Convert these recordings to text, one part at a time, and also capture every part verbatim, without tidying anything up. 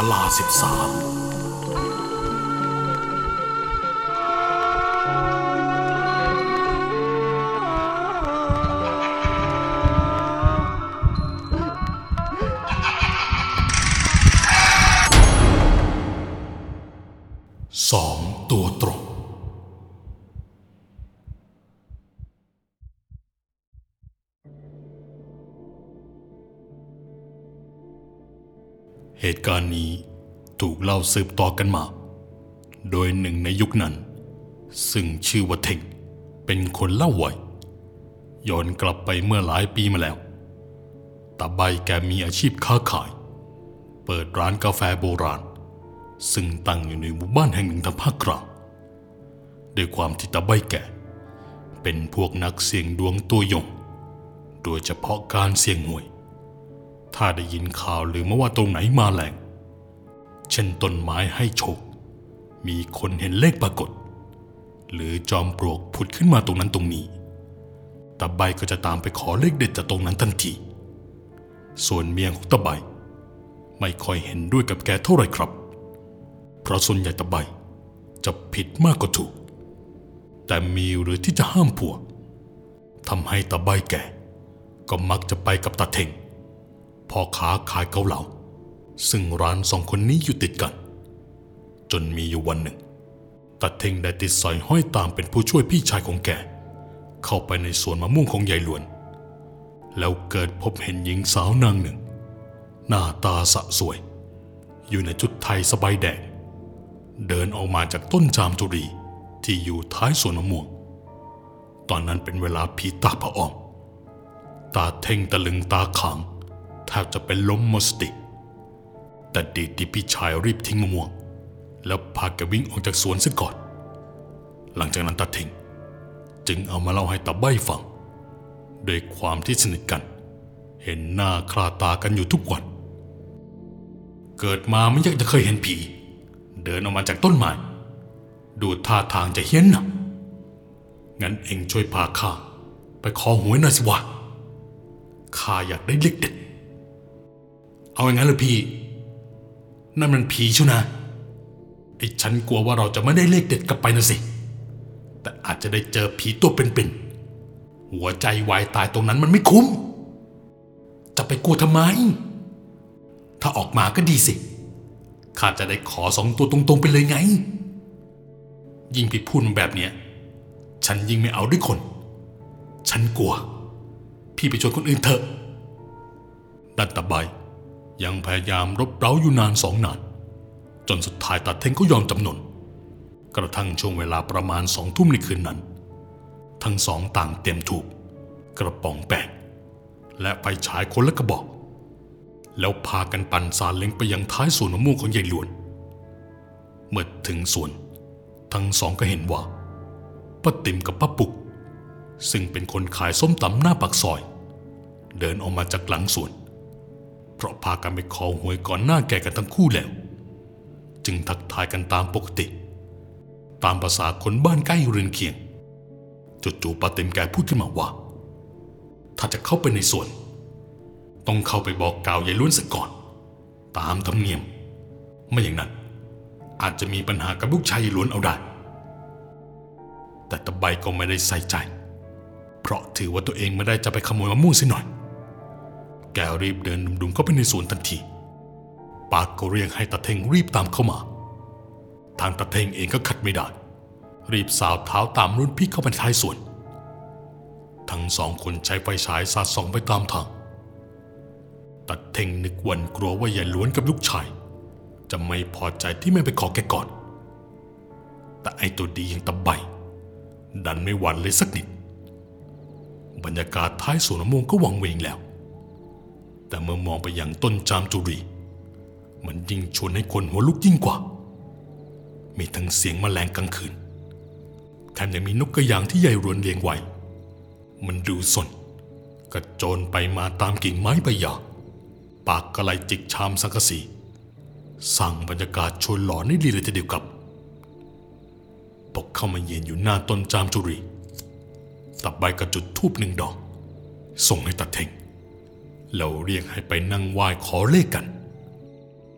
ลาสิบสามสองตัวตรงเหตุการณ์นี้ถูกเล่าสืบต่อกันมาโดยหนึ่งในยุคนั้นซึ่งชื่อว่าเท่งเป็นคนเล่าไว้ย้อนกลับไปเมื่อหลายปีมาแล้วตาใบแกมีอาชีพค้าขายเปิดร้านกาแฟโบราณซึ่งตั้งอยู่ในหมู่บ้านแห่งหนึ่งทางภาคกลางด้วยความที่ตาใบแกเป็นพวกนักเสี่ยงดวงตัวยงโดยเฉพาะการเสี่ยงหวยถ้าได้ยินข่าวหรือมาว่าตรงไหนมาแรงเช่นต้นไม้ให้โชคมีคนเห็นเลขปรากฏหรือจอมปลวกผุดขึ้นมาตรงนั้นตรงนี้ตาใบก็จะตามไปขอเลขเด็ดจากตรงนั้นทันทีส่วนเมียของตาใบไม่ค่อยเห็นด้วยกับแกเท่าไหร่ครับเพราะส่วนใหญ่ตาใบจะผิดมากกว่าถูกแต่มีหรือที่จะห้ามผัวทำให้ตาใบแกก็มักจะไปกับตาเท่งพ่อค้าขายเกาเหลาซึ่งร้านสองคนนี้อยู่ติดกันจนมีอยู่วันหนึ่งตาเท่งได้ติดสอยห้อยตามเป็นผู้ช่วยพี่ชายของแกเข้าไปในสวนมะม่วงของยายหลวนแล้วเกิดพบเห็นหญิงสาวนางหนึ่งหน้าตาสะสวยอยู่ในชุดไทยสบายแดงเดินออกมาจากต้นจามจุรีที่อยู่ท้ายสวนมะม่วงตอนนั้นเป็นเวลาผีตาพระอ้อมตาเท่งตะลึงตาขางแทบจะเป็นล้มหมดสติแต่ดีที่พี่ชายรีบทิ้งมะม่วงแล้วพาแกวิ่งออกจากสวนซะก่อนหลังจากนั้นตาเท่งจึงเอามาเล่าให้ตาใบ้ฟังโดยความที่สนิทกันเห็นหน้าคลาตากันอยู่ทุกวันเกิดมาไม่อยากจะเคยเห็นผีเดินออกมาจากต้นไม้ดูท่าทางจะเฮี้ยนนะงั้นเองช่วยพาข้าไปขอหวยหน่อยสิวะข้าอยากได้เลขเด็ดเอาอย่างนั้นเลยพี่นั่นมันผีชัวนะไอ้ฉันกลัวว่าเราจะไม่ได้เลขเด็ดกลับไปนะสิแต่อาจจะได้เจอผีตัวเป็นๆหัวใจวายตายตรงนั้นมันไม่คุ้มจะไปกลัวทำไมถ้าออกมาก็ดีสิข้าจะได้ขอสองตัวตรงๆไปเลยไงยิ่งพี่พูดแบบเนี้ยฉันยิ่งไม่เอาด้วยคนฉันกลัวพี่ไปชวนคนอื่นเถอะดันตาใบยังพยายามรบเร้าอยู่นานสองนานจนสุดท้ายตาเท่งก็ยอมจำนนกระทั่งช่วงเวลาประมาณสองทุ่มในคืนนั้นทั้งสองต่างเตรียมถูกกระป๋องแป้งและไฟฉายคนละกระบอกแล้วพากันปั่นซาเล้งไปยังท้ายสวนมะม่วงของยายหลวนเมื่อถึงสวนทั้งสองก็เห็นว่าป้าติ๋มกับป้าปุกซึ่งเป็นคนขายส้มตำหน้าปากซอยเดินออกมาจากหลังสวนเพราะพากันไปขอหวยก่อนหน้าแก่กันทั้งคู่แล้วจึงทักทายกันตามปกติตามภาษาคนบ้านใกล้เรือนเคียงจู่ๆป้าติ๋มแกพูดขึ้นมาว่าถ้าจะเข้าไปในสวนต้องเข้าไปบอกกล่าวยายล้วนซะก่อนตามธรรมเนียมไม่อย่างนั้นอาจจะมีปัญหากับลูกชายยายล้วนเอาได้แต่ตาใบก็ไม่ได้ใส่ใจเพราะถือว่าตัวเองไม่ได้จะไปขโมยมะม่วงสิหน่อยแกรีบเดินดุ่มๆเข้าไปในสวนทันทีปากก็เรียกให้ตาเท่งรีบตามเข้ามาทางตาเท่งเองก็ขัดไม่ได้รีบสาวเท้าตามรุ่นพี่เข้าไปท้ายสวนทั้งสองคนใช้ไฟฉายสาดส่องไปตามทางตาเท่งนึกวันกลัวว่ายายล้วนกับลูกชายจะไม่พอใจที่ไม่ไปขอแกก่อนแต่ไอ้ตัวดีอย่างตาใบดันไม่หวั่นเลยสักนิดบรรยากาศท้ายสวนมะม่วงก็วังเวงแล้วแต่เมื่อมองไปยังต้นจามจุรีมันยิ่งชวนให้คนหัวลุกยิ่งกว่ามีทั้งเสียงแมลงกลางคืนแถมยังมีนกกระยางที่ยายรวนเลี้ยงไว้มันดูสนกระโจนไปมาตามกิ่งไม้ใบหญ้าปากกระไลจิกชามสังกะสีสร้างบรรยากาศชวนหลอนให้ดีเลยทีเดียวกับตกเข้ามาเย็นอยู่หน้าต้นจามจุรีตาใบกระจุดธูปหนึ่งดอกส่งให้ตาเท่งแล้วเรียกให้ไปนั่งไหว้ขอเลขกัน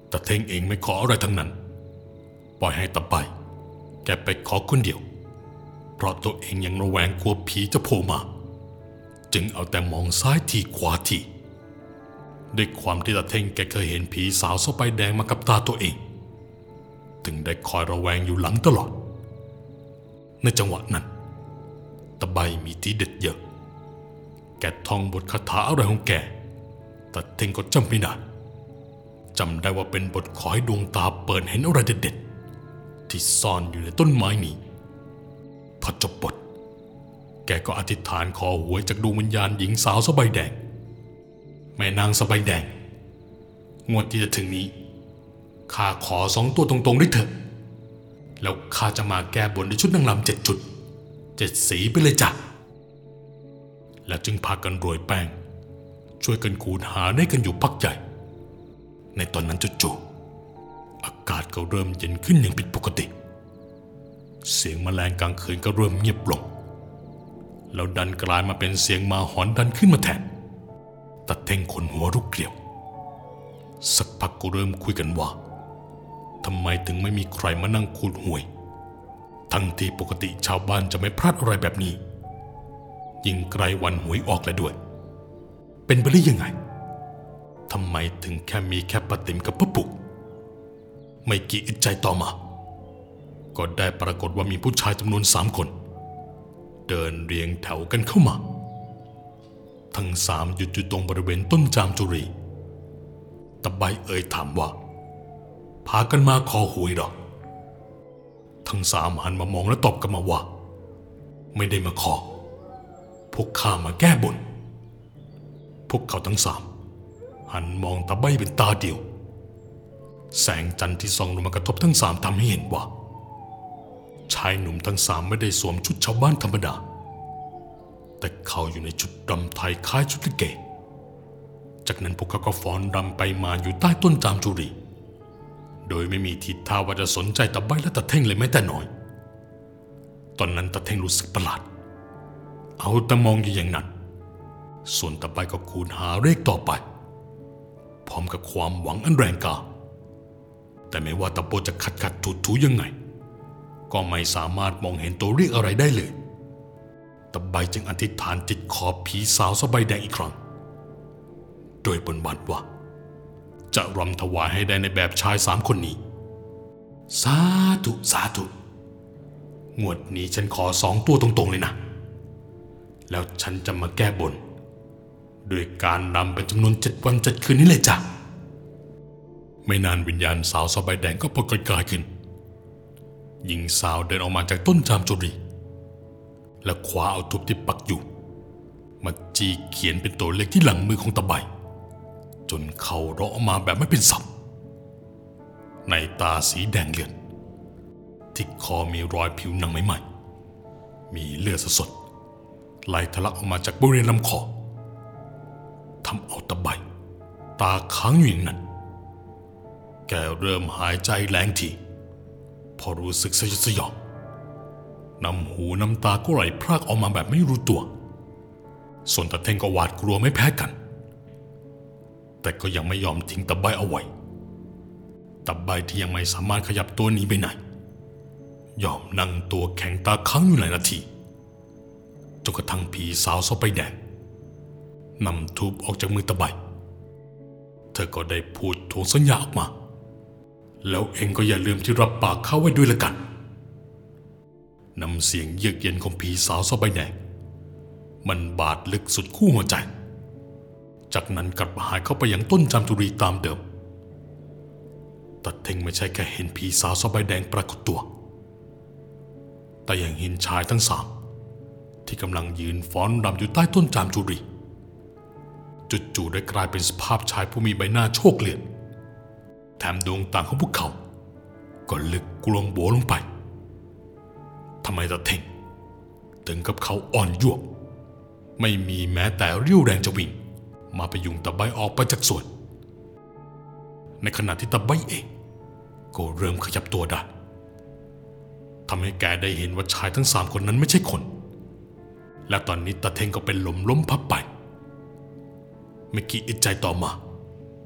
ตาเท่งเองไม่ขออะไรทั้งนั้นปล่อยให้ตาใบแกไปขอคนเดียวเพราะตัวเองยังระแวงกลัวผีจะโผล่มาจึงเอาแต่มองซ้ายทีขวาทีด้วยความที่ตาเท่งแกเคยเห็นผีสาวสไปแดงมากับตาตัวเองถึงได้คอยระแวงอยู่หลังตลอดในจังหวะนั้นตาใบมีทีเด็ดเยอะแกท่องบทคาถาอะไรของแกตาเท่งก็จำไม่ได้จำได้ว่าเป็นบทขอให้ดวงตาเปิดเห็นอะไรเด็ดๆที่ซ่อนอยู่ในต้นไม้นี้พอจบบทแกก็อธิษฐานขอหวยจากดวงวิญญาณหญิงสาวสบายแดงแม่นางสบายแดงงวดที่จะถึงนี้ข้าขอสองตัวตรงๆได้เถอะแล้วข้าจะมาแก้บนในชุดนางรำเจ็ดจุดเจ็ดสีไปเลยจ้ะแล้วจึงพากันโรยแป้งช่วยกันขูดหาได้กันอยู่พักใหญ่ในตอนนั้นจู่ๆอากาศก็เริ่มเย็นขึ้นอย่างผิดปกติเสียงแมลงกลางคืนก็เริ่มเงียบลงแล้วดันกลายมาเป็นเสียงหมาหอนดันขึ้นมาแทนตาเท่งขนหัวลุกเกลียวสักพักก็เริ่มคุยกันว่าทำไมถึงไม่มีใครมานั่งขูดหวยทั้งที่ปกติชาวบ้านจะไม่พลาดอะไรแบบนี้ยิ่งใกล้วันหวยออกแล้วด้วยเป็นไปได้ยังไงทำไมถึงแค่มีแค่ป้าติ๋มกับป้าปุกไม่กี่อึดใจต่อมาก็ได้ปรากฏว่ามีผู้ชายจำนวนสามคนเดินเรียงแถวกันเข้ามาทั้งสามหยุดอยู่ตรงบริเวณต้นจามจุรีตาใบเอ่ยถามว่าพากันมาขอหวยหรอทั้งสามหันมามองและตอบกลับมาว่าไม่ได้มาขอพวกข้ามาแก้บนพวกเขาทั้งสามหันมองตาใบเป็นตาเดียวแสงจันทร์ที่ส่องลงมากระทบทั้งสามทำให้เห็นว่าชายหนุ่มทั้งสามไม่ได้สวมชุดชาวบ้านธรรมดาแต่เขาอยู่ในชุดรำไทยคล้ายชุดลิเกจากนั้นพวกเขาก็ฟ้อนรำไปมาอยู่ใต้ต้นจามจุรีโดยไม่มีทีท่าว่าจะสนใจตาใบและตาเท่งเลยแม้แต่น้อยตอนนั้นตาเท่งรู้สึกประหลาดเอาแต่มองอยู่อย่างนั้นส่วนตาใบก็คูณหาเลขต่อไปพร้อมกับความหวังอันแรงกล้าแต่ไม่ว่าตาโปจะขัดขัดถูถูยังไงก็ไม่สามารถมองเห็นตัวเลขอะไรได้เลยตาใบจึงอธิษฐานติดขอบผีสาวสบายแดงอีกครั้งโดยบนบานว่าจะรำถวายให้ได้ในแบบชายสามคนนี้สาธุสาธุงวดนี้ฉันขอสองตัวตรงๆเลยนะแล้วฉันจะมาแก้บนโดยการนำเป็นจำนวนเจ็ดวันเจ็ดคืนนี้เลยจ้ะไม่นานวิญญาณสาวสบายแดงก็ปรากฏกายขึ้นหญิงสาวเดินออกมาจากต้นจามจุรีและคว้าเอาทูบที่ปักอยู่มาจี้เขียนเป็นตัวเลขที่หลังมือของตาใบจนเขาร้องออกมาแบบไม่เป็นสับในตาสีแดงเลือดที่คอมีรอยผิวหนังใหม่ๆมีเลือดสดไหลทะลักออกมาจากบริเวณลำคอทำเอาตาใบตาค้างอยู่อย่างนั้นแกเริ่มหายใจแรงทีพอรู้สึกสยดสยองน้ำหูน้ำตาก็ไหลพรากออกมาแบบไม่รู้ตัวส่วนตาเท่งก็หวาดกลัวไม่แพ้กันแต่ก็ยังไม่ยอมทิ้งตาใบเอาไว้ตาใบที่ยังไม่สามารถขยับตัวหนีไปไหนยอมนั่งตัวแข็งตาค้างอยู่หลายนาทีจนกระทั่งผีสาวสไปแดงนำทูบออกจากมือตาใบเธอก็ได้พูดทวงสัญญาออกมาแล้วเองก็อย่าลืมที่รับปากเขาไว้ด้วยละกันนำเสียงเยือกเย็นของผีสาวสบายแดงมันบาดลึกสุดคู่หัวใจจากนั้นกลับหายเข้าไปยังต้นจามจุรีตามเดิมตัดเท่งไม่ใช่แค่เห็นผีสาวสบายแดงปรากฏตัวแต่ยังเห็นชายทั้งสามที่กำลังยืนฟ้อนรำอยู่ใต้ต้นจามจุรีจู่ๆได้กลายเป็นสภาพชายผู้มีใบหน้าโชกเลือดแถมดวงตาของพวกเขาก็ลึกกลวงโบลงไปทำไมตาเท่งถึงกับเขาอ่อนยวบไม่มีแม้แต่เรี่ยวแรงจะวิ่งมาไปยุงตาใบออกไปจากสวนในขณะที่ตาใบเองก็เริ่มขยับตัวได้ทำให้แกได้เห็นว่าชายทั้งสามคนนั้นไม่ใช่คนและตอนนี้ตาเท่งก็เป็นลมล้มพับไปไม่กี่อึดใจต่อมา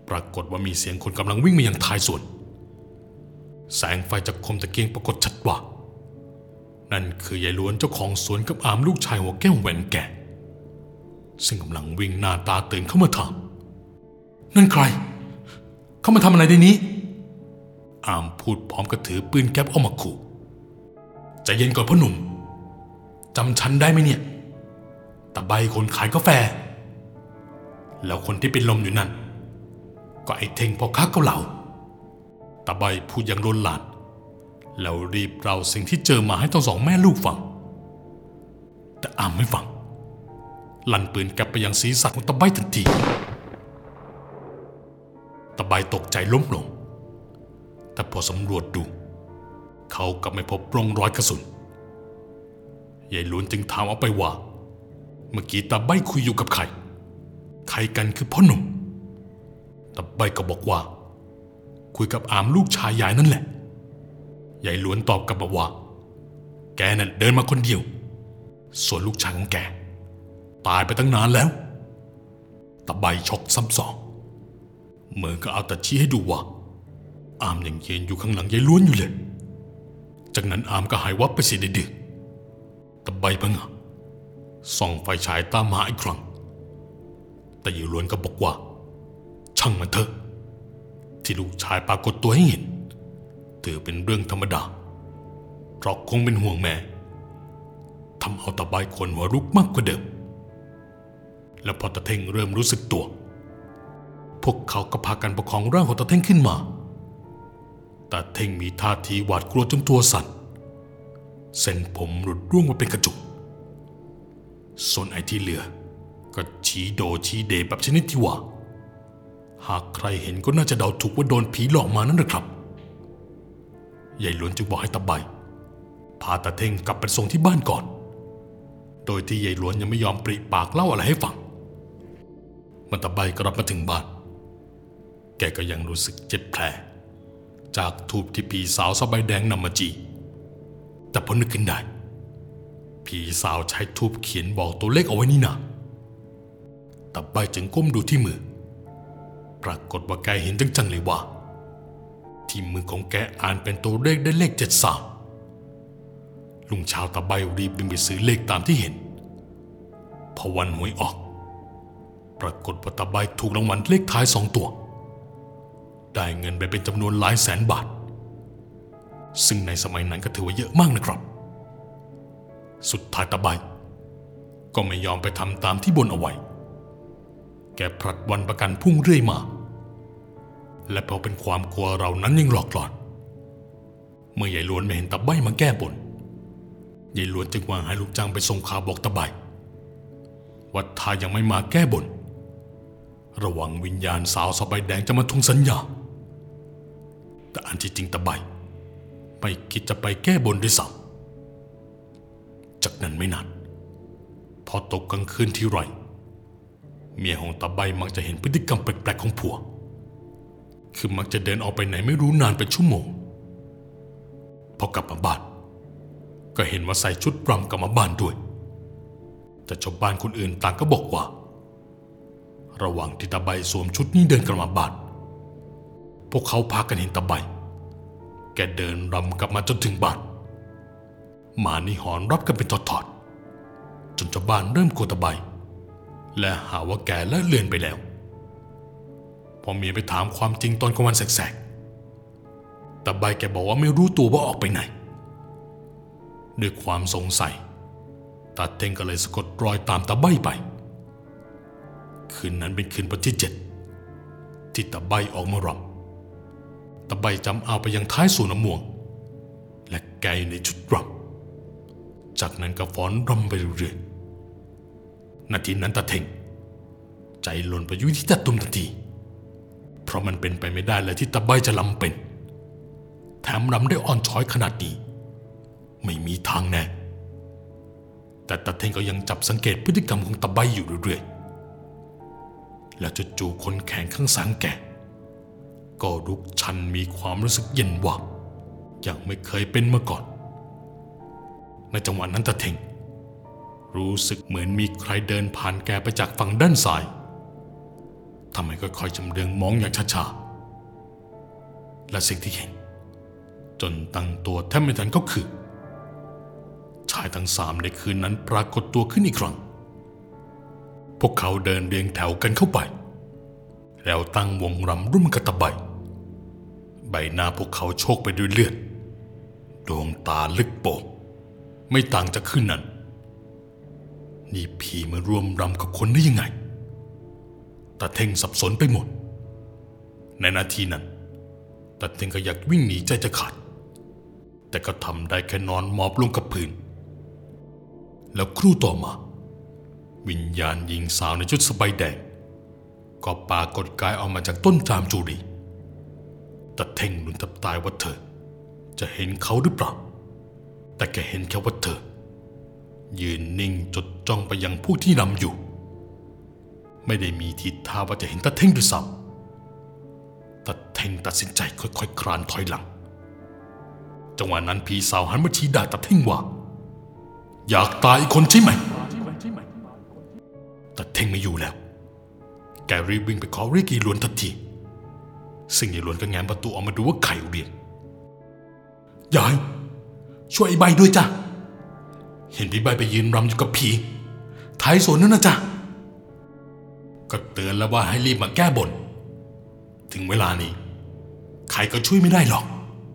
ปรากฏว่ามีเสียงคนกำลังวิ่งมายังท้ายสวนแสงไฟจากโคมตะเกียงปรากฏชัดว่านั่นคือยายล้วนเจ้าของสวนกับอามลูกชายหัวแก้วแหวนแก่ซึ่งกำลังวิ่งหน้าตาตื่นเข้ามาถามนั่นใครเข้ามาทำอะไรในนี้อามพูดพร้อมกับถือปืนแก๊ปออกมาขู่ใจเย็นก่อนพ่อหนุ่มจำฉันได้ไหมเนี่ยตาใบคนขายกาแฟแล้วคนที่เป็นลมอยู่นั่นก็ไอ้เท่งพ่อค้าเกาเหลาตาใบพูดอย่างโลนลานแล้วรีบเล่าสิ่งที่เจอมาให้ทั้งสองแม่ลูกฟังแต่อามไม่ฟังลั่นปืนกลับไปยังศีรษะของตาใบทันทีตาใบตกใจล้มลงแต่พอสำรวจดูเขากลับไม่พบร่องรอยกระสุนยายล้วนจึงถามเอาไปว่าเมื่อกี้ตาใบคุยอยู่กับใครใครกันคือพ่อหนุ่มตาใบก็บอกว่าคุยกับอามลูกชายยายนั่นแหละยายล้วนตอบกลับมาว่าแกน่ะเดินมาคนเดียวส่วนลูกชายของแกตายไปตั้งนานแล้วตาใบช็อกซ้ำสองเหมือนก็เอาแต่ชี้ให้ดูว่าอามยังยืนอยู่ข้างหลังยายล้วนอยู่เลยจากนั้นอามก็หายวับไปเสียดื้อตาใบพังงะส่องไฟฉายตามหาอีกครั้งแต่ยายล้วนก็บอกว่าช่างมันเถอะที่ลูกชายปรากฏตัวให้เห็นถือเป็นเรื่องธรรมดาเพราะคงเป็นห่วงแม่ทำเอาตาใบคนหัวรุกมากกว่าเดิมและพอตาเท่งเริ่มรู้สึกตัวพวกเขาก็พากันประคองร่างของตาเท่งขึ้นมาตาเท่งมีท่าทีหวาดกลัวจนตัวสั่นเส้นผมหลุดร่วงมาเป็นกระจุกส่วนไอ้ที่เหลือก็ชี้โดชี้เดแบบชนิดที่ว่าหากใครเห็นก็น่าจะเดาถูกว่าโดนผีหลอกมานั่นแหละครับยายล้วนจึงบอกให้ตาใบพาตาเท่งกลับไปส่งที่บ้านก่อนโดยที่ยายล้วนยังไม่ยอมปริปากเล่าอะไรให้ฟังเมื่อตาใบกลับมาถึงบ้านแกก็ยังรู้สึกเจ็บแผลจากทูบที่ผีสาวสบายแดงนำมาจีแต่พอนึกขึ้นได้ผีสาวใช้ทูบเขียนบอกตัวเลขเอาไว้นี่นะตาใบจึงก้มดูที่มือปรากฏว่าแกเห็นจังๆเลยว่าที่มือของแกอ่านเป็นตัวเลขได้เลขเจ็ดสามลุงชาวตาใบรีบบินไปซื้อเลขตามที่เห็นพอวันหวยออกปรากฏว่าตาใบถูกรางวัลเลขท้ายสองตัวได้เงินไปเป็นจำนวนหลายแสนบาทซึ่งในสมัยนั้นก็ถือว่าเยอะมากนะครับสุดท้ายตาใบก็ไม่ยอมไปทำตามที่บนเอาไว้แกผลัดวันประกันพรุ่งเรื่อยมาและพอเป็นความกลัวเรานั้นยังหลอกหลอนเมื่อยายล้วนไม่เห็นตาใบมาแก้บนยายล้วนจึงวางให้ลูกจ้างไปส่งข่าวบอกตาใบว่าถ้ายังไม่มาแก้บนระวังวิญญาณสาวสบายแดงจะมาทวงสัญญาแต่อันที่จริงตาใบไม่คิดจะไปแก้บนด้วยซ้ำจากนั้นไม่นานพอตกกลางคืนที่ไรเมียของตาใบมักจะเห็นพฤติกรรมแปลกๆของผัวคือมักจะเดินออกไปไหนไม่รู้นานเป็นชั่วโมงพอกลับมาบ้านก็เห็นว่าใส่ชุดรำกลับมาบ้านด้วยแต่ชาวบ้านคนอื่นต่างก็บอกว่าระหว่างที่ตาใบสวมชุดนี้เดินกลับมาบ้านพวกเขาพากันเห็นตาใบแกเดินรำกลับมาจนถึงบ้านหมานี่หอนรับกันเป็นทอดๆจนชาวบ้านเริ่มกลัวตาใบและหาว่าแกละเลือนไปแล้วพอเมียไปถามความจริงตอนกลางวันแสกๆตาใบแกบอกว่าไม่รู้ตัวว่าออกไปไหนด้วยความสงสัยตาเท่งก็เลยสะกดรอยตามตาใบไปคืนนั้นเป็นคืนวันที่เจ็ดที่ตาใบออกมารำตาใบจำเอาไปยังท้ายสวนมะม่วงและแกอยู่ในชุดรำจากนั้นก็ฟ้อนรำไปเรื่อยๆนาทีนั้นตาเท่งใจหล่นไปอยู่ที่ตาตุ่มทันทีเพราะมันเป็นไปไม่ได้เลยที่ตาใบจะรำเป็นแถมรำได้อ่อนช้อยขนาดนี้ไม่มีทางแน่แต่ตาเท่งก็ยังจับสังเกตพฤติกรรมของตาใบอยู่เรื่อยๆแล้วจู่ๆคนแข็งข้างสังแกก็ลุกชันมีความรู้สึกเย็นวาบอย่างไม่เคยเป็นมาก่อนในจังหวะนั้นตาเท่งรู้สึกเหมือนมีใครเดินผ่านแกไปจากฝั่งด้านซ้ายทำให้ค่อยๆจำเริญมองอย่างช้าๆและสิ่งที่เห็นจนตั้งตัวแทบไม่ทันก็คือชายทั้งสามในคืนนั้นปรากฏตัวขึ้นอีกครั้งพวกเขาเดินเรียงแถวกันเข้าไปแล้วตั้งวงรำร่วมกันตะไบใบหน้าพวกเขาโชกไปด้วยเลือดดวงตาลึกโป่งไม่ต่างจากคืนนั้นนี่ผีมาร่วมรำกับคนได้ยังไงตาเท่งสับสนไปหมดในนาทีนั้นตาเท่งก็อยากวิ่งหนีใจจะขาดแต่ก็ทำได้แค่นอนหมอบลงกับพื้นแล้วครู่ต่อมาวิญญาณหญิงสาวในชุดสบายแดงก็ปรากฏกายออกมาจากต้นจามจุรีตาเท่งลุ้นทับตายว่าเธอจะเห็นเขาหรือเปล่าแต่แกเห็นแค่ว่าเธอยืนนิ่งจดจ้องไปยังผู้ที่รำอยู่ไม่ได้มีทีท่าว่าจะเห็นตาเท่งด้วยซ้ำตาเท่งตัดสินใจค่อยๆคลานถอยหลังจังหวะนั้นพี่สาวหันมาชี้ด่าตาเท่งว่าอยากตายอีกคนใช่ไหมตาเท่งไม่อยู่แล้วแกรีบวิ่งไปขอเรียกยายหลวนทันทีซึ่งยายหลวนก็แง้มประตูออกมาดูว่าใครเรียกยายช่วยไอ้ใบด้วยจ้ะเห็นพี่ใบไปยืนรำอยู่กับผีท้ายสวนนั่นนะจ๊ะก็เตือนแล้วว่าให้รีบมาแก้บนถึงเวลานี้ใครก็ช่วยไม่ได้หรอก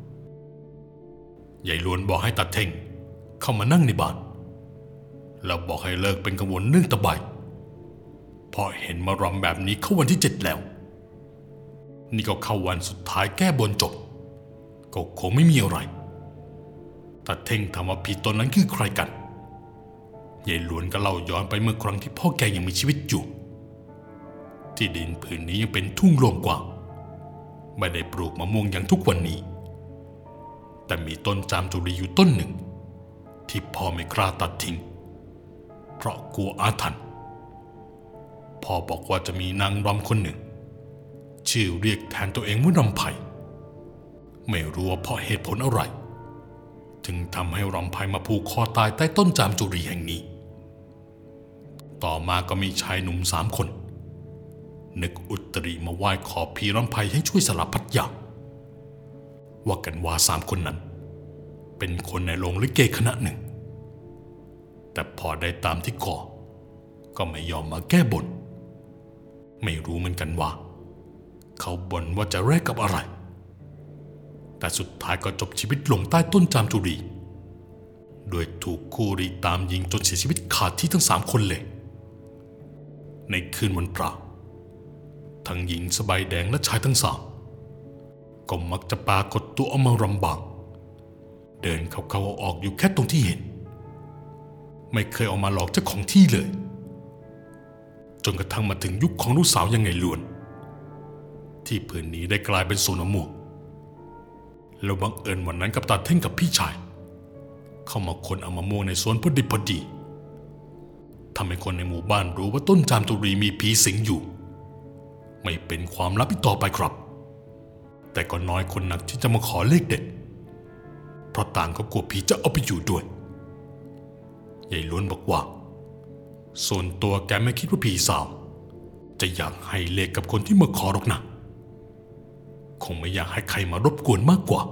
ยายหลวนบอกให้ตาเท่งเข้ามานั่งในบ้านแล้วบอกให้เลิกเป็นกังวลเรื่องตะไบพอเห็นมารำแบบนี้เข้าวันที่เจ็ดแล้วนี่ก็เข้าวันสุดท้ายแก้บนจบก็คงไม่มีอะไรตาเท่งถามว่าผีตนนั้นคือใครกันยายหลวนก็เล่าย้อนไปเมื่อครั้งที่พ่อแกยังมีชีวิตอยู่ที่ดินผืนนี้ยังเป็นทุ่งโล่งกว้างไม่ได้ปลูกมะม่วงอย่างทุกวันนี้แต่มีต้นจามจุรีอยู่ต้นหนึ่งที่พ่อไม่กล้าตัดทิ้งเพราะกลัวอาถรรพ์พ่อบอกว่าจะมีนางรำคนหนึ่งชื่อเรียกแทนตัวเองว่ารำไพไม่รู้ว่าเพราะเหตุผลอะไรถึงทำให้รำไพมาผูกคอตายใต้ต้นจามจุรีแห่งนี้ต่อมาก็มีชายหนุ่มสามคนนึกอุตริมาไหว้ขอผีรำไพให้ช่วยสารพัดอย่างว่ากันว่าสามคนนั้นเป็นคนในโรงลิเกคณะหนึ่งแต่พอได้ตามที่ขอก็ไม่ยอมมาแก้บนไม่รู้เหมือนกันว่าเขาบ่นว่าจะแลกกับอะไรแต่สุดท้ายก็จบชีวิตลงใต้ต้นจามจุรีโดยถูกคู่รีตามยิงจนเสียชีวิตขาดที่ทั้งสามคนเลยในคืนวันพระทั้งหญิงสบายแดงและชายทั้งสามก็มักจะปรากฏตัวออกมารำบากเดินเข้าๆออกๆอยู่แค่ตรงที่เห็นไม่เคยออกมาหลอกเจ้าของที่เลยจนกระทั่งมาถึงยุคของลูกสาวยังไงล้วนที่ผืนนี้ได้กลายเป็นสวนมะม่วงแล้วบังเอิญวันนั้นกับตาเท่งกับพี่ชายเข้ามาค้นเอามะม่วงในสวนพอดีพอดีทำให้คนในหมู่บ้านรู้ว่าต้นจามจุรีมีผีสิงอยู่ไม่เป็นความลับอีกต่อไปครับแต่ก็น้อยคนนักที่จะมาขอเลขเด็ดเพราะต่างก็กลัวผีจะเอาไปอยู่ด้วยยายล้วนบอกว่าส่วนตัวแกไม่คิดว่าผีสาวจะอยากให้เลขกับคนที่มาขอหรอกนะคงไม่อยากให้ใครมารบกวนมากกว่า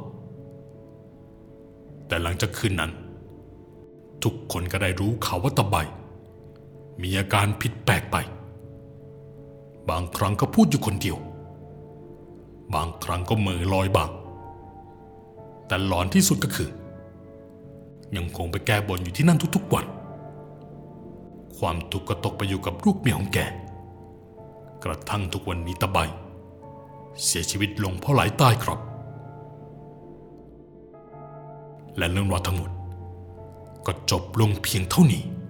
แต่หลังจากคืนนั้นทุกคนก็ได้รู้ข่าวว่าตาใบมีอาการผิดแปลกไปบางครั้งก็พูดอยู่คนเดียวบางครั้งก็เหม่อลอยบ้างแต่หลอนที่สุดก็คือยังคงไปแก้บนอยู่ที่นั่นทุกๆวันความทุกข์ก็ตกไปอยู่กับลูกเมียของแกกระทั่งทุกวันนี้ตาใบเสียชีวิตลงเพราะไหลตายครับและเรื่องราวทั้งหมดก็จบลงเพียงเท่านี้